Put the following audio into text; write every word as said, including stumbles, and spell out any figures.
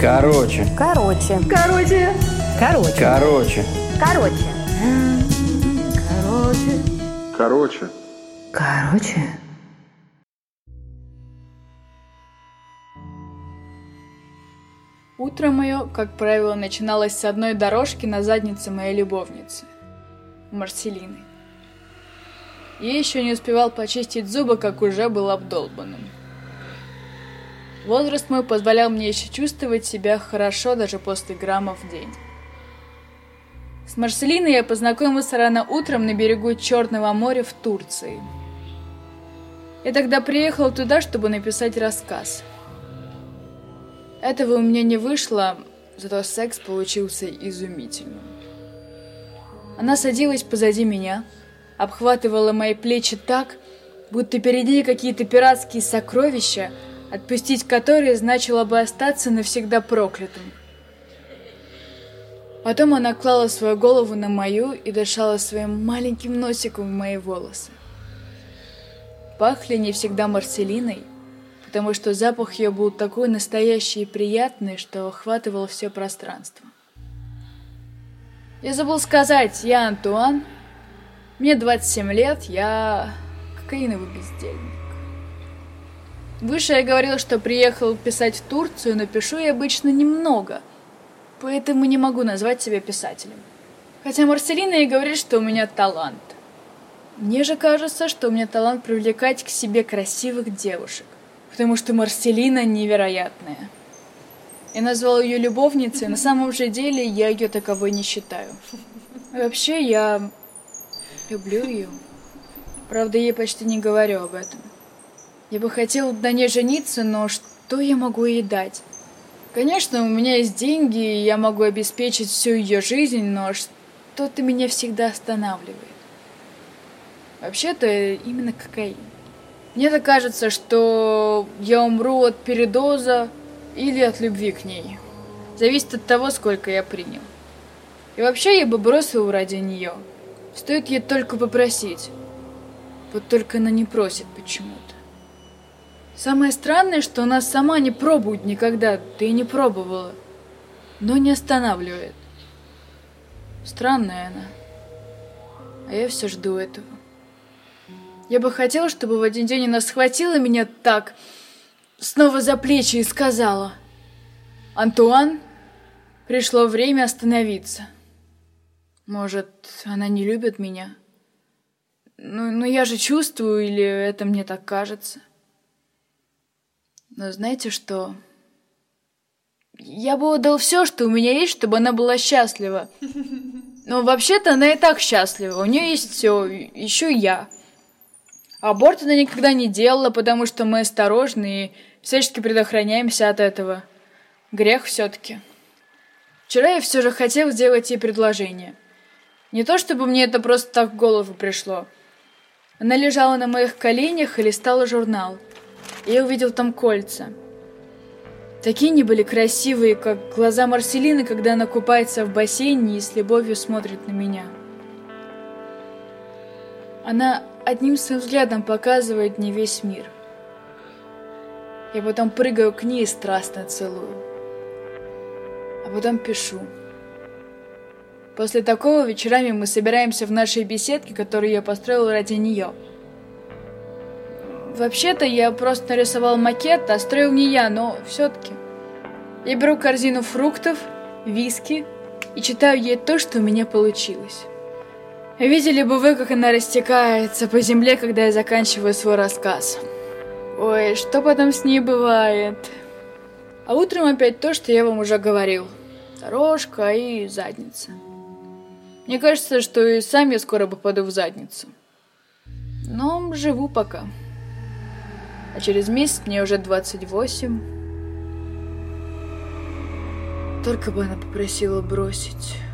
Короче. Короче. Короче. Короче. Короче. Короче. Короче. Короче. Короче. Утро мое, как правило, начиналось с одной дорожки на заднице моей любовницы, Марселины. Я еще не успевал почистить зубы, как уже был обдолбанным. Возраст мой позволял мне еще чувствовать себя хорошо даже после грамма в день. С Марселиной я познакомился рано утром на берегу Черного моря в Турции. Я тогда приехал туда, чтобы написать рассказ. Этого у меня не вышло, зато секс получился изумительным. Она садилась позади меня, обхватывала мои плечи так, будто перед ней какие-то пиратские сокровища, отпустить которые значило бы остаться навсегда проклятым. Потом она клала свою голову на мою и дышала своим маленьким носиком в мои волосы. Пахли не всегда Марселиной, потому что запах ее был такой настоящий и приятный, что охватывал все пространство. Я забыл сказать, я Антуан, мне двадцать семь лет, я кокаиновый бездельник. Выше я говорил, что приехал писать в Турцию, но пишу я обычно немного, поэтому не могу назвать себя писателем. Хотя Марселина и говорит, что у меня талант. Мне же кажется, что у меня талант привлекать к себе красивых девушек, потому что Марселина невероятная. Я назвал ее любовницей, на самом же деле я ее таковой не считаю. Вообще я люблю ее. Правда, я почти не говорю об этом. Я бы хотел на ней жениться, но что я могу ей дать? Конечно, у меня есть деньги, и я могу обеспечить всю ее жизнь, но что-то меня всегда останавливает. Вообще-то именно кокаин. Мне так кажется, что я умру от передоза или от любви к ней. Зависит от того, сколько я принял. И вообще я бы бросил ради нее. Стоит ей только попросить. Вот только она не просит почему-то. Самое странное, что она сама не пробует никогда, да и не пробовала, но не останавливает. Странная она, а я все жду этого. Я бы хотела, чтобы в один день она схватила меня так, снова за плечи и сказала: «Антуан, пришло время остановиться». Может, она не любит меня? Ну, ну я же чувствую, или это мне так кажется? Но знаете что? Я бы отдал все, что у меня есть, чтобы она была счастлива. Но вообще-то она и так счастлива. У нее есть все, еще и я. Аборт она никогда не делала, потому что мы осторожны и всячески предохраняемся от этого. Грех все-таки. Вчера я все же хотел сделать ей предложение. Не то чтобы мне это просто так в голову пришло. Она лежала на моих коленях и листала журнал. Я увидел там кольца. Такие они были красивые, как глаза Марселины, когда она купается в бассейне и с любовью смотрит на меня. Она одним своим взглядом показывает мне весь мир. Я потом прыгаю к ней и страстно целую. А потом пишу. После такого вечерами мы собираемся в нашей беседке, которую я построил ради нее. Вообще-то я просто нарисовал макет, а строил не я, но все-таки. Я беру корзину фруктов, виски и читаю ей то, что у меня получилось. Видели бы вы, как она растекается по земле, когда я заканчиваю свой рассказ. Ой, что потом с ней бывает? А утром опять то, что я вам уже говорил. Дорожка и задница. Мне кажется, что и сам я скоро попаду в задницу. Но живу пока. А через месяц мне уже двадцать восемь. Только бы она попросила бросить.